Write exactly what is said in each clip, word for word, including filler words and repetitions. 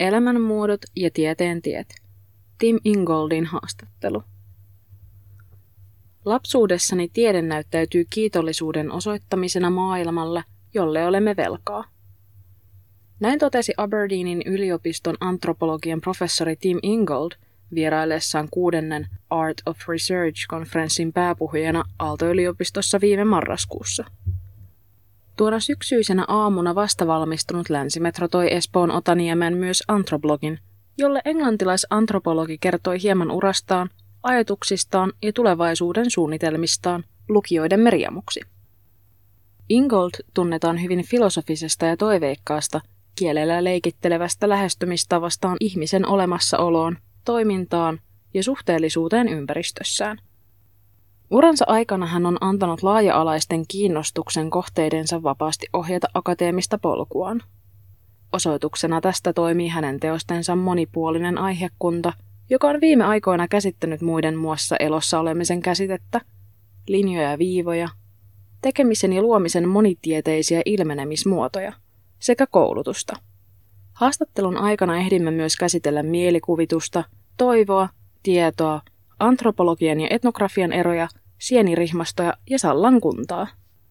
Elämänmuodot ja tieteen tiet. Tim Ingoldin haastattelu. Lapsuudessani tiede näyttäytyy kiitollisuuden osoittamisena maailmalle, jolle olemme velkaa. Näin totesi Aberdeenin yliopiston antropologian professori Tim Ingold vieraillessaan kuudennen Art of Research-konferenssin pääpuhujana Aalto-yliopistossa viime marraskuussa. Tuona syksyisenä aamuna vastavalmistunut Länsimetro toi Espoon Otaniemen myös antroblogin, jolle englantilaisantropologi kertoi hieman urastaan, ajatuksistaan ja tulevaisuuden suunnitelmistaan lukijoiden riemuksi. Ingold tunnetaan hyvin filosofisesta ja toiveikkaasta, kielellä leikittelevästä lähestymistavastaan ihmisen olemassaoloon, toimintaan ja suhteellisuuteen ympäristössään. Uransa aikana hän on antanut laaja-alaisten kiinnostuksen kohteidensa vapaasti ohjata akateemista polkuaan. Osoituksena tästä toimii hänen teostensa monipuolinen aihekunta, joka on viime aikoina käsittänyt muiden muassa elossa olemisen käsitettä, linjoja ja viivoja, tekemisen ja luomisen monitieteisiä ilmenemismuotoja sekä koulutusta. Haastattelun aikana ehdimme myös käsitellä mielikuvitusta, toivoa, tietoa, antropologian ja etnografian eroja, sienirihmastoja ja Sallan kuntaa.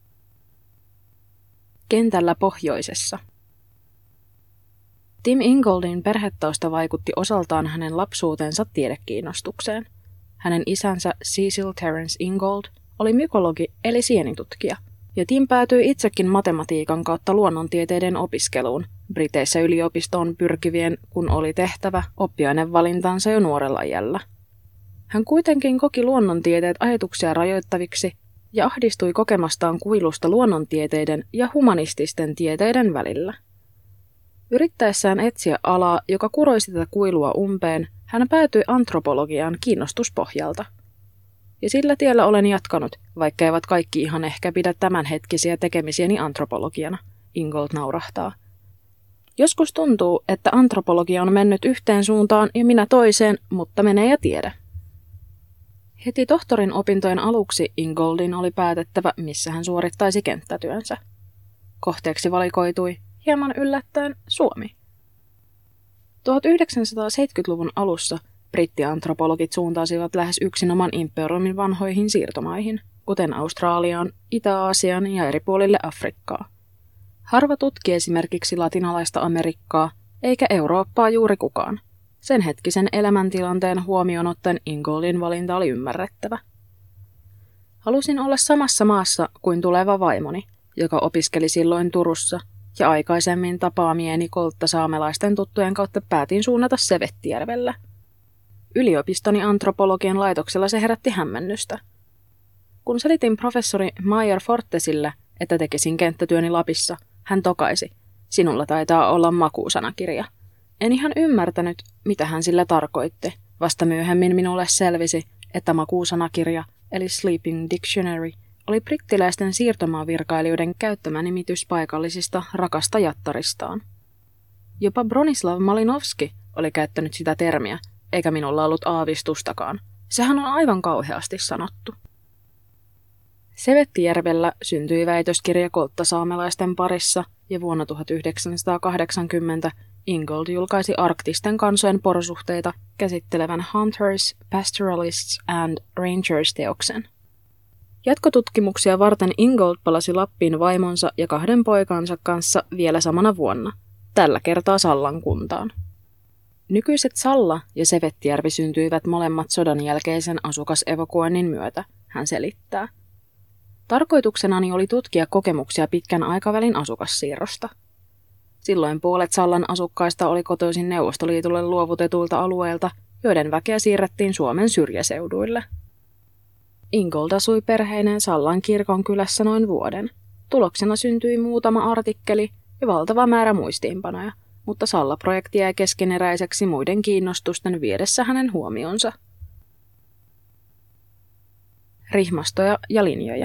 Kentällä pohjoisessa. Tim Ingoldin perhetausta vaikutti osaltaan hänen lapsuutensa tiedekiinnostukseen. Hänen isänsä Cecil Terence Ingold oli mykologi eli sienitutkija, ja Tim päätyi itsekin matematiikan kautta luonnontieteiden opiskeluun, Briteissä yliopistoon pyrkivien, kun oli tehtävä, oppiainevalintansa jo nuorella iällä. Hän kuitenkin koki luonnontieteet ajatuksia rajoittaviksi ja ahdistui kokemastaan kuilusta luonnontieteiden ja humanististen tieteiden välillä. Yrittäessään etsiä alaa, joka kuroisi tätä kuilua umpeen, hän päätyi antropologiaan kiinnostuspohjalta. Ja sillä tiellä olen jatkanut, vaikka eivät kaikki ihan ehkä pidä tämänhetkisiä tekemisiäni antropologiana, Ingold naurahtaa. Joskus tuntuu, että antropologia on mennyt yhteen suuntaan ja minä toiseen, mutta menee ja tiedä. Heti tohtorin opintojen aluksi Ingoldin oli päätettävä, missä hän suorittaisi kenttätyönsä. Kohteeksi valikoitui, hieman yllättäen, Suomi. tuhatyhdeksänsataaseitsemänkymmentäluvun alussa brittiantropologit suuntasivat lähes yksinomaan imperiumin vanhoihin siirtomaihin, kuten Australiaan, Itä-Aasiaan ja eri puolille Afrikkaa. Harva tutki esimerkiksi latinalaista Amerikkaa, eikä Eurooppaa juuri kukaan. Sen hetkisen elämäntilanteen huomioon ottaen Ingoldin valinta oli ymmärrettävä. Halusin olla samassa maassa kuin tuleva vaimoni, joka opiskeli silloin Turussa, ja aikaisemmin tapaamieni kolttasaamelaisten tuttujen kautta päätin suunnata Sevettijärvellä. Yliopistoni antropologian laitoksella se herätti hämmennystä. Kun selitin professori Meyer Fortesille, että tekisin kenttätyöni Lapissa, hän tokaisi, sinulla taitaa olla makuusanakirja. En ihan ymmärtänyt, mitä hän sillä tarkoitti. Vasta myöhemmin minulle selvisi, että makuusanakirja, eli Sleeping Dictionary, oli brittiläisten siirtomaavirkailijoiden käyttämä nimitys paikallisista rakasta jattaristaan. Jopa Bronislav Malinowski oli käyttänyt sitä termiä, eikä minulla ollut aavistustakaan. Sehän on aivan kauheasti sanottu. Sevettijärvellä syntyi väitöskirja kolttasaamelaisten parissa ja vuonna tuhatyhdeksänsataakahdeksankymmentä Ingold julkaisi arktisten kansojen porosuhteita käsittelevän Hunters, Pastoralists and Rangers-teoksen. Jatkotutkimuksia varten Ingold palasi Lappiin vaimonsa ja kahden poikansa kanssa vielä samana vuonna, tällä kertaa Sallan kuntaan. Nykyiset Salla ja Sevettijärvi syntyivät molemmat sodan jälkeisen asukasevakuoinnin myötä, hän selittää. Tarkoituksenani oli tutkia kokemuksia pitkän aikavälin asukassiirrosta. Silloin puolet Sallan asukkaista oli kotoisin Neuvostoliitolle luovutetuilta alueilta, joiden väkeä siirrettiin Suomen syrjäseuduille. Ingold asui perheineen Sallan kirkonkylässä noin vuoden. Tuloksena syntyi muutama artikkeli ja valtava määrä muistiinpanoja, mutta Salla-projekti jäi keskeneräiseksi muiden kiinnostusten viedessä hänen huomionsa. Rihmastoja ja linjoja.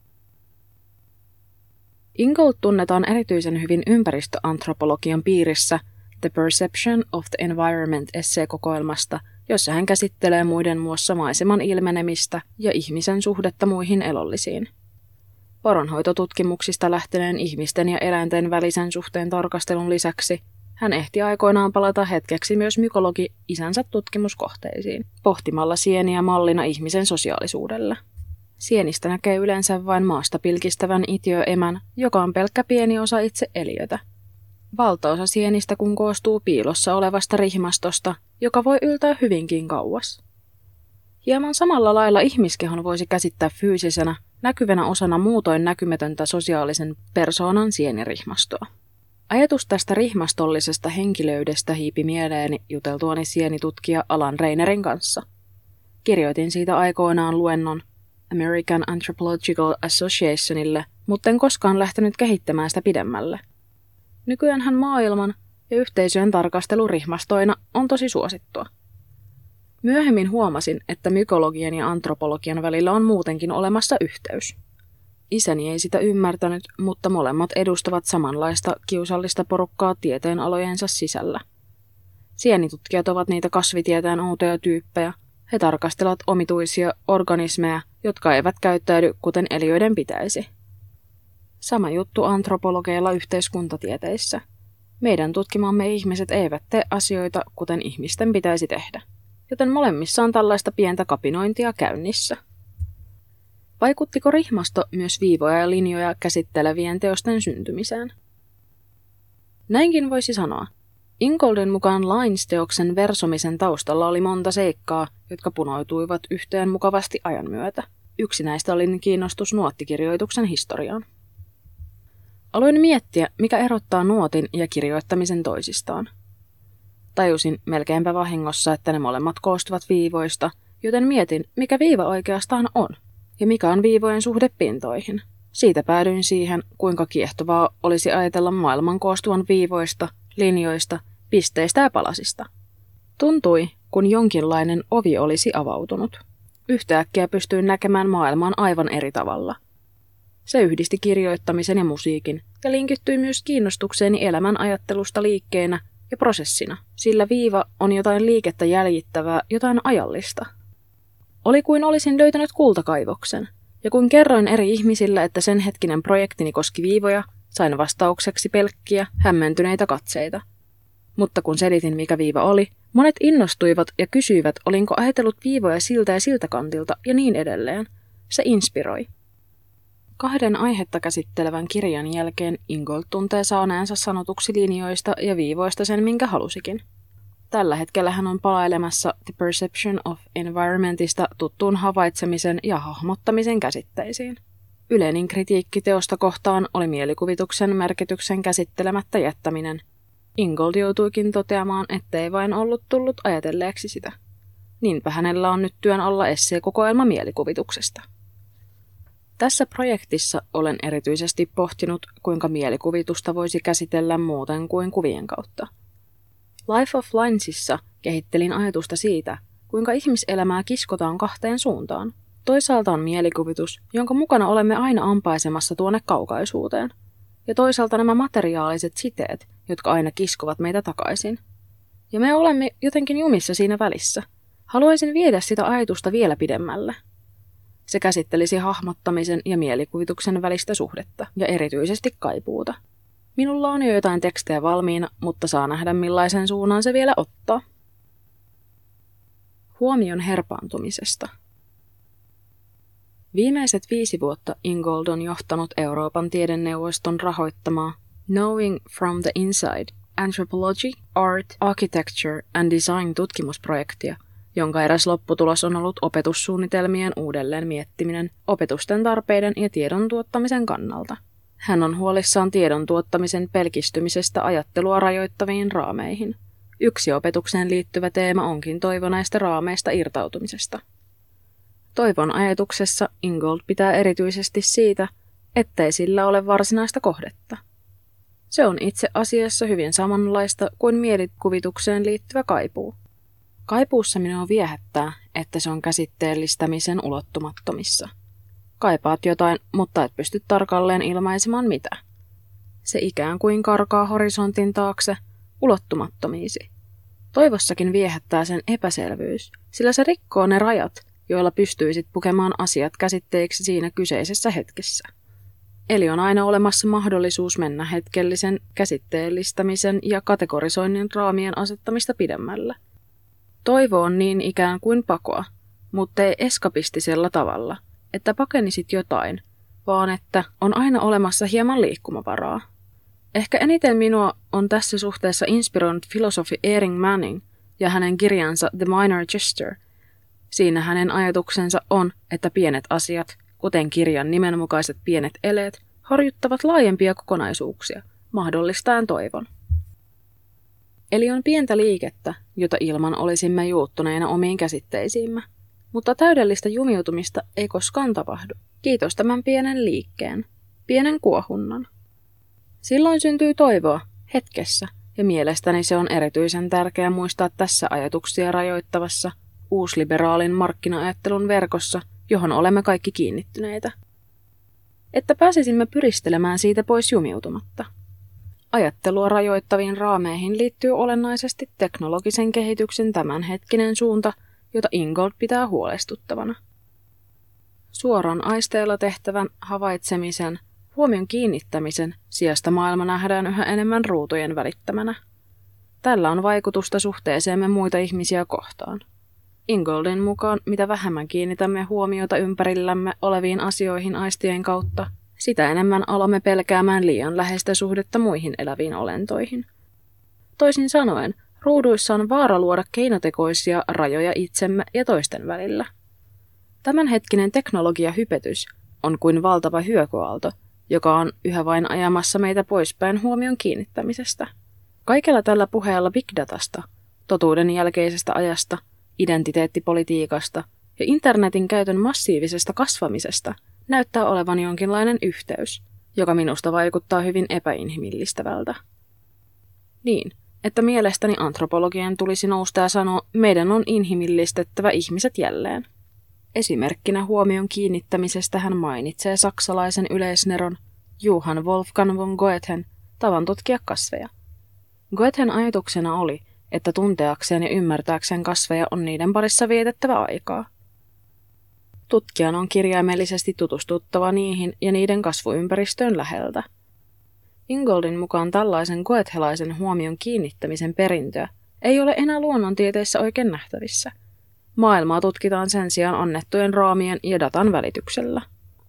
Ingold tunnetaan erityisen hyvin ympäristöantropologian piirissä The Perception of the Environment-esseekokoelmasta, jossa hän käsittelee muiden muassa maiseman ilmenemistä ja ihmisen suhdetta muihin elollisiin. Poronhoitotutkimuksista lähteneen ihmisten ja eläinten välisen suhteen tarkastelun lisäksi Hän ehti aikoinaan palata hetkeksi myös mykologi isänsä tutkimuskohteisiin, pohtimalla sieniä mallina ihmisen sosiaalisuudelle. Sienistä näkee yleensä vain maasta pilkistävän itiöemän, joka on pelkkä pieni osa itse eliötä. Valtaosa sienistä kun koostuu piilossa olevasta rihmastosta, joka voi yltää hyvinkin kauas. Hieman samalla lailla ihmiskehon voisi käsittää fyysisenä, näkyvänä osana muutoin näkymätöntä sosiaalisen persoonan sienirihmastoa. Ajatus tästä rihmastollisesta henkilöydestä hiipi mieleeni juteltuani sienitutkija Alan Reinerin kanssa. Kirjoitin siitä aikoinaan luennon American Anthropological Associationille, mutta en koskaan lähtenyt kehittämään sitä pidemmälle. Nykyäänhän maailman ja yhteisöjen tarkastelu rihmastoina on tosi suosittua. Myöhemmin huomasin, että mykologian ja antropologian välillä on muutenkin olemassa yhteys. Isäni ei sitä ymmärtänyt, mutta molemmat edustavat samanlaista kiusallista porukkaa tieteenalojensa sisällä. Sienitutkijat ovat niitä kasvitieteen outoja tyyppejä. He tarkastelevat omituisia organismeja, jotka eivät käyttäydy kuten eliöiden pitäisi. Sama juttu antropologeilla yhteiskuntatieteissä. Meidän tutkimamme ihmiset eivät tee asioita, kuten ihmisten pitäisi tehdä, joten molemmissa on tällaista pientä kapinointia käynnissä. Vaikuttiko rihmasto myös viivoja ja linjoja käsittelevien teosten syntymiseen? Näinkin voisi sanoa. Ingoldin mukaan Lines-teoksen versomisen taustalla oli monta seikkaa, jotka punoituivat yhteen mukavasti ajan myötä. Yksi näistä oli kiinnostus nuottikirjoituksen historiaan. Aloin miettiä, mikä erottaa nuotin ja kirjoittamisen toisistaan. Tajusin melkeinpä vahingossa, että ne molemmat koostuvat viivoista, joten mietin, mikä viiva oikeastaan on ja mikä on viivojen suhde pintoihin. Siitä päädyin siihen, kuinka kiehtovaa olisi ajatella maailman koostuvan viivoista, linjoista, pisteistä ja palasista. Tuntui, kun jonkinlainen ovi olisi avautunut. Yhtäkkiä pystyin näkemään maailman aivan eri tavalla. Se yhdisti kirjoittamisen ja musiikin ja linkittyi myös kiinnostukseeni elämän ajattelusta liikkeenä ja prosessina, sillä viiva on jotain liikettä jäljittävää, jotain ajallista. Oli kuin olisin löytänyt kultakaivoksen, ja kun kerroin eri ihmisille, että sen hetkinen projektini koski viivoja, sain vastaukseksi pelkkiä, hämmentyneitä katseita. Mutta kun selitin, mikä viiva oli, monet innostuivat ja kysyivät, olinko ajatellut viivoja siltä ja siltä kantilta ja niin edelleen. Se inspiroi. Kahden aihetta käsittelevän kirjan jälkeen Ingold tuntee saaneensa sanotuksi linjoista ja viivoista sen, minkä halusikin. Tällä hetkellä hän on palailemassa The Perception of Environmentista tuttuun havaitsemisen ja hahmottamisen käsitteisiin. Yleinen kritiikki teosta kohtaan oli mielikuvituksen merkityksen käsittelemättä jättäminen. Ingold joutuikin toteamaan, ettei vain ollut tullut ajatelleeksi sitä. Niinpä hänellä on nyt työn alla esseekokoelma mielikuvituksesta. Tässä projektissa olen erityisesti pohtinut, kuinka mielikuvitusta voisi käsitellä muuten kuin kuvien kautta. Life of Linesissa kehittelin ajatusta siitä, kuinka ihmiselämää kiskotaan kahteen suuntaan. Toisaalta on mielikuvitus, jonka mukana olemme aina ampaisemassa tuonne kaukaisuuteen. Ja toisaalta nämä materiaaliset siteet, jotka aina kiskovat meitä takaisin. Ja me olemme jotenkin jumissa siinä välissä. Haluaisin viedä sitä ajatusta vielä pidemmälle. Se käsittelisi hahmottamisen ja mielikuvituksen välistä suhdetta, ja erityisesti kaipuuta. Minulla on jo jotain tekstejä valmiina, mutta saa nähdä millaisen suunnan se vielä ottaa. Huomion herpaantumisesta. Viimeiset viisi vuotta Ingold on johtanut Euroopan tiedeneuvoston rahoittamaa Knowing from the Inside Anthropology, Art, Architecture and Design tutkimusprojektia, jonka eräs lopputulos on ollut opetussuunnitelmien uudelleen miettiminen opetusten tarpeiden ja tiedon tuottamisen kannalta. Hän on huolissaan tiedon tuottamisen pelkistymisestä ajattelua rajoittaviin raameihin. Yksi opetukseen liittyvä teema onkin toivo näistä raameista irtautumisesta. Toivon ajatuksessa Ingold pitää erityisesti siitä, ettei sillä ole varsinaista kohdetta. Se on itse asiassa hyvin samanlaista kuin mielikuvitukseen liittyvä kaipuu. Kaipuussa minua viehättää, että se on käsitteellistämisen ulottumattomissa. Kaipaat jotain, mutta et pysty tarkalleen ilmaisemaan mitä. Se ikään kuin karkaa horisontin taakse, ulottumattomiisi. Toivossakin viehättää sen epäselvyys, sillä se rikkoo ne rajat, joilla pystyisit pukemaan asiat käsitteiksi siinä kyseisessä hetkessä. Eli on aina olemassa mahdollisuus mennä hetkellisen käsitteellistämisen ja kategorisoinnin raamien asettamista pidemmälle. Toivo on niin ikään kuin pakoa, mutta ei eskapistisella tavalla, että pakenisit jotain, vaan että on aina olemassa hieman liikkumavaraa. Ehkä eniten minua on tässä suhteessa inspiroinut filosofi Ehring Manning ja hänen kirjansa The Minor Gesture. Siinä hänen ajatuksensa on, että pienet asiat, kuten kirjan nimenmukaiset pienet eleet, horjuttavat laajempia kokonaisuuksia, mahdollistaen toivon. Eli on pientä liikettä, jota ilman olisimme juuttuneina omiin käsitteisiimme, mutta täydellistä jumiutumista ei koskaan tapahdu. Kiitos tämän pienen liikkeen, pienen kuohunnan. Silloin syntyy toivoa, hetkessä, ja mielestäni se on erityisen tärkeää muistaa tässä ajatuksia rajoittavassa, uusliberaalin markkina-ajattelun verkossa, johon olemme kaikki kiinnittyneitä. Että pääsisimme pyristelemään siitä pois jumiutumatta. Ajattelua rajoittaviin raameihin liittyy olennaisesti teknologisen kehityksen tämänhetkinen suunta, jota Ingold pitää huolestuttavana. Suoran aisteella tehtävän havaitsemisen, huomion kiinnittämisen sijasta maailma nähdään yhä enemmän ruutujen välittämänä. Tällä on vaikutusta suhteeseemme muita ihmisiä kohtaan. Ingoldin mukaan, mitä vähemmän kiinnitämme huomiota ympärillämme oleviin asioihin aistien kautta, sitä enemmän alamme pelkäämään liian läheistä suhdetta muihin eläviin olentoihin. Toisin sanoen, ruuduissa on vaara luoda keinotekoisia rajoja itsemme ja toisten välillä. Tämänhetkinen teknologiahypetys on kuin valtava hyökyaalto, joka on yhä vain ajamassa meitä poispäin huomion kiinnittämisestä. Kaikella tällä puheella big datasta, totuuden jälkeisestä ajasta, identiteettipolitiikasta ja internetin käytön massiivisesta kasvamisesta näyttää olevan jonkinlainen yhteys, joka minusta vaikuttaa hyvin epäinhimillistävältä. Niin, että mielestäni antropologian tulisi nousta ja sanoa, meidän on inhimillistettävä ihmiset jälleen. Esimerkkinä huomion kiinnittämisestä hän mainitsee saksalaisen yleisneron Johann Wolfgang von Goethen tavan tutkia kasveja. Goethen ajatuksena oli, että tunteakseen ja ymmärtääkseen kasveja on niiden parissa vietettävä aikaa. Tutkijan on kirjaimellisesti tutustuttava niihin ja niiden kasvuympäristöön läheltä. Ingoldin mukaan tällaisen goethelaisen huomion kiinnittämisen perintöä ei ole enää luonnontieteissä oikein nähtävissä. Maailmaa tutkitaan sen sijaan annettujen raamien ja datan välityksellä.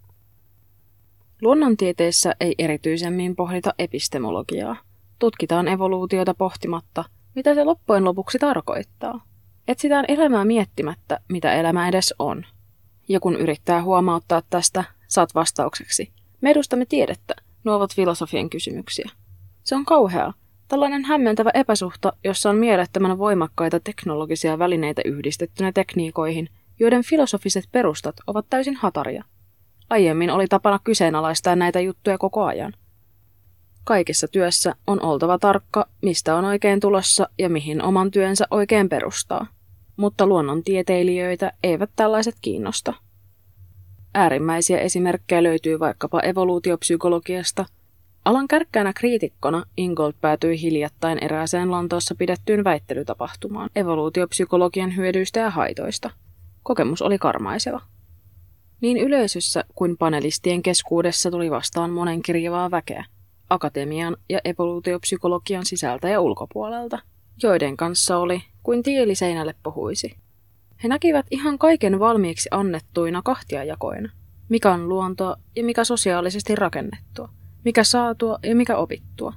Luonnontieteissä ei erityisemmin pohdita epistemologiaa. Tutkitaan evoluutiota pohtimatta, mitä se loppujen lopuksi tarkoittaa. Etsitään elämää miettimättä, mitä elämä edes on. Ja kun yrittää huomauttaa tästä, saat vastaukseksi. Me edustamme tiedettä, nuo ovat filosofian kysymyksiä. Se on kauhea, tällainen hämmentävä epäsuhta, jossa on mielettömän voimakkaita teknologisia välineitä yhdistettynä tekniikoihin, joiden filosofiset perustat ovat täysin hataria. Aiemmin oli tapana kyseenalaistaa näitä juttuja koko ajan. Kaikessa työssä on oltava tarkka, mistä on oikein tulossa ja mihin oman työnsä oikein perustaa. Mutta luonnontieteilijöitä eivät tällaiset kiinnosta. Äärimmäisiä esimerkkejä löytyy vaikkapa evoluutiopsykologiasta. Alan kärkkäänä kriitikkona Ingold päätyi hiljattain erääseen Lontoossa pidettyyn väittelytapahtumaan evoluutiopsykologian hyödyistä ja haitoista. Kokemus oli karmaiseva. Niin yleisössä kuin panelistien keskuudessa tuli vastaan monenkirjavaa väkeä, akatemian ja evoluutiopsykologian sisältä ja ulkopuolelta, joiden kanssa oli kuin tiili seinälle puhuisi. He näkivät ihan kaiken valmiiksi annettuina kahtiajakoina, mikä on luontoa ja mikä sosiaalisesti rakennettua, mikä saatua ja mikä opittua.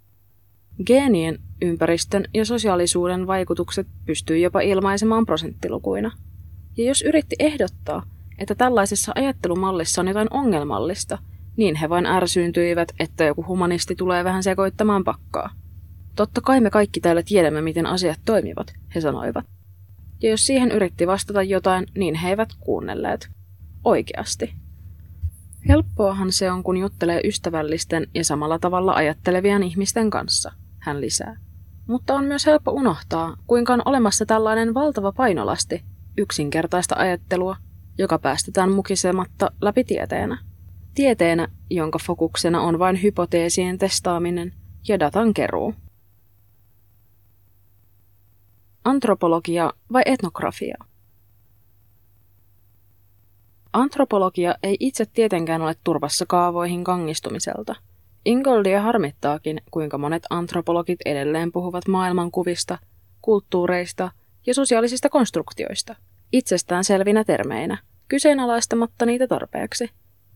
Geenien, ympäristön ja sosiaalisuuden vaikutukset pystyi jopa ilmaisemaan prosenttilukuina. Ja jos yritti ehdottaa, että tällaisessa ajattelumallissa on jotain ongelmallista, niin he vain ärsyyntyivät, että joku humanisti tulee vähän sekoittamaan pakkaa. Totta kai me kaikki täällä tiedämme, miten asiat toimivat, he sanoivat. Ja jos siihen yritti vastata jotain, niin he eivät kuunnelleet. Oikeasti. Helppoahan se on, kun juttelee ystävällisten ja samalla tavalla ajattelevien ihmisten kanssa, hän lisää. Mutta on myös helppo unohtaa, kuinka on olemassa tällainen valtava painolasti, yksinkertaista ajattelua, joka päästetään mukisematta läpi tieteenä. Tieteenä, jonka fokuksena on vain hypoteesien testaaminen ja datan keruu. Antropologia vai etnografia? Antropologia ei itse tietenkään ole turvassa kaavoihin kangistumiselta. Ingoldia harmittaakin, kuinka monet antropologit edelleen puhuvat maailmankuvista, kulttuureista ja sosiaalisista konstruktioista, itsestään selvinä termeinä, kyseenalaistamatta niitä tarpeeksi.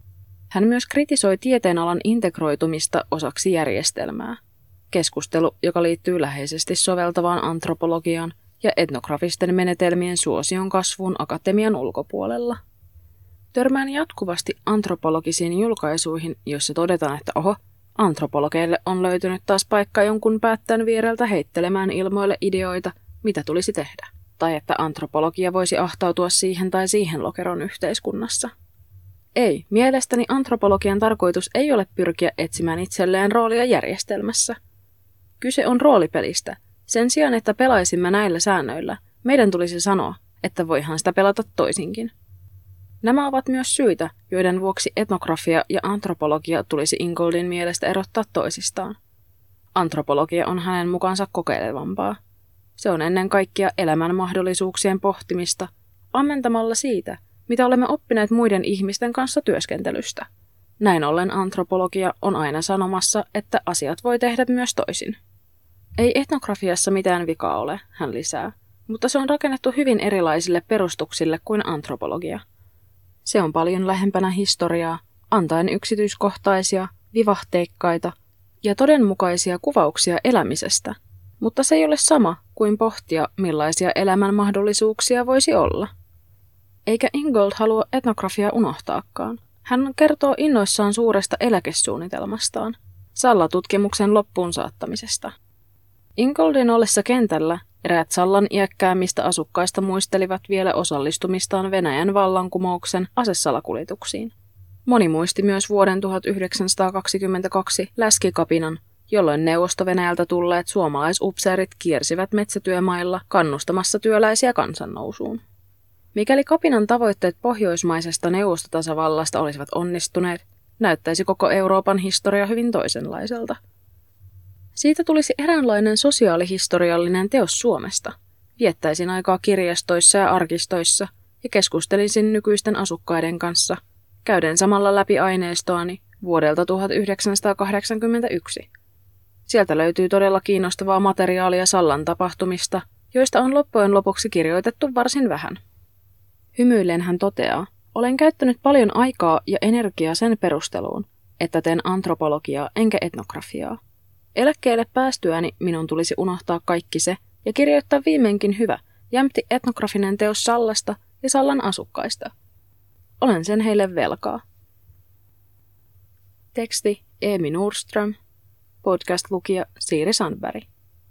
Hän myös kritisoi tieteenalan integroitumista osaksi järjestelmää. Keskustelu, joka liittyy läheisesti soveltavaan antropologiaan ja etnografisten menetelmien suosion kasvuun akatemian ulkopuolella. Törmään jatkuvasti antropologisiin julkaisuihin, joissa todetaan, että oho, antropologeille on löytynyt taas paikka jonkun päättäjän viereltä heittelemään ilmoille ideoita, mitä tulisi tehdä, tai että antropologia voisi ahtautua siihen tai siihen lokeron yhteiskunnassa. Ei, mielestäni antropologian tarkoitus ei ole pyrkiä etsimään itselleen roolia järjestelmässä. Kyse on roolipelistä. Sen sijaan, että pelaisimme näillä säännöillä, meidän tulisi sanoa, että voihan sitä pelata toisinkin. Nämä ovat myös syitä, joiden vuoksi etnografia ja antropologia tulisi Ingoldin mielestä erottaa toisistaan. Antropologia on hänen mukaansa kokeilevampaa. Se on ennen kaikkea elämän mahdollisuuksien pohtimista, ammentamalla siitä, mitä olemme oppineet muiden ihmisten kanssa työskentelystä. Näin ollen antropologia on aina sanomassa, että asiat voi tehdä myös toisin. Ei etnografiassa mitään vikaa ole, hän lisää, mutta se on rakennettu hyvin erilaisille perustuksille kuin antropologia. Se on paljon lähempänä historiaa, antaen yksityiskohtaisia, vivahteikkaita ja todenmukaisia kuvauksia elämisestä, mutta se ei ole sama kuin pohtia, millaisia elämän mahdollisuuksia voisi olla. Eikä Ingold halua etnografiaa unohtaakaan. Hän kertoo innoissaan suuresta eläkesuunnitelmastaan, Salla-tutkimuksen loppuun saattamisesta. Ingoldin ollessa kentällä eräät Sallan iäkkäämmistä asukkaista muistelivat vielä osallistumistaan Venäjän vallankumouksen asesalakuljetuksiin. Moni muisti myös vuoden tuhatyhdeksänsataakaksikymmentäkaksi läskikapinan, jolloin Neuvosto-Venäjältä tulleet suomalaisupseerit kiersivät metsätyömailla kannustamassa työläisiä kansannousuun. Mikäli kapinan tavoitteet pohjoismaisesta neuvostotasavallasta olisivat onnistuneet, näyttäisi koko Euroopan historia hyvin toisenlaiselta. Siitä tulisi eräänlainen sosiaalihistoriallinen teos Suomesta. Viettäisin aikaa kirjastoissa ja arkistoissa ja keskustelisin nykyisten asukkaiden kanssa, käyden samalla läpi aineistoani vuodelta tuhatyhdeksänsataakahdeksankymmentäyksi. Sieltä löytyy todella kiinnostavaa materiaalia Sallan tapahtumista, joista on loppujen lopuksi kirjoitettu varsin vähän. Hymyillen hän toteaa, olen käyttänyt paljon aikaa ja energiaa sen perusteluun, että teen antropologiaa enkä etnografiaa. Eläkkeelle päästyäni minun tulisi unohtaa kaikki se ja kirjoittaa viimeinkin hyvä, jämpti etnografinen teos Sallasta ja Sallan asukkaista. Olen sen heille velkaa. Teksti Eemi Nordström, podcast-lukija Siiri Sandberg.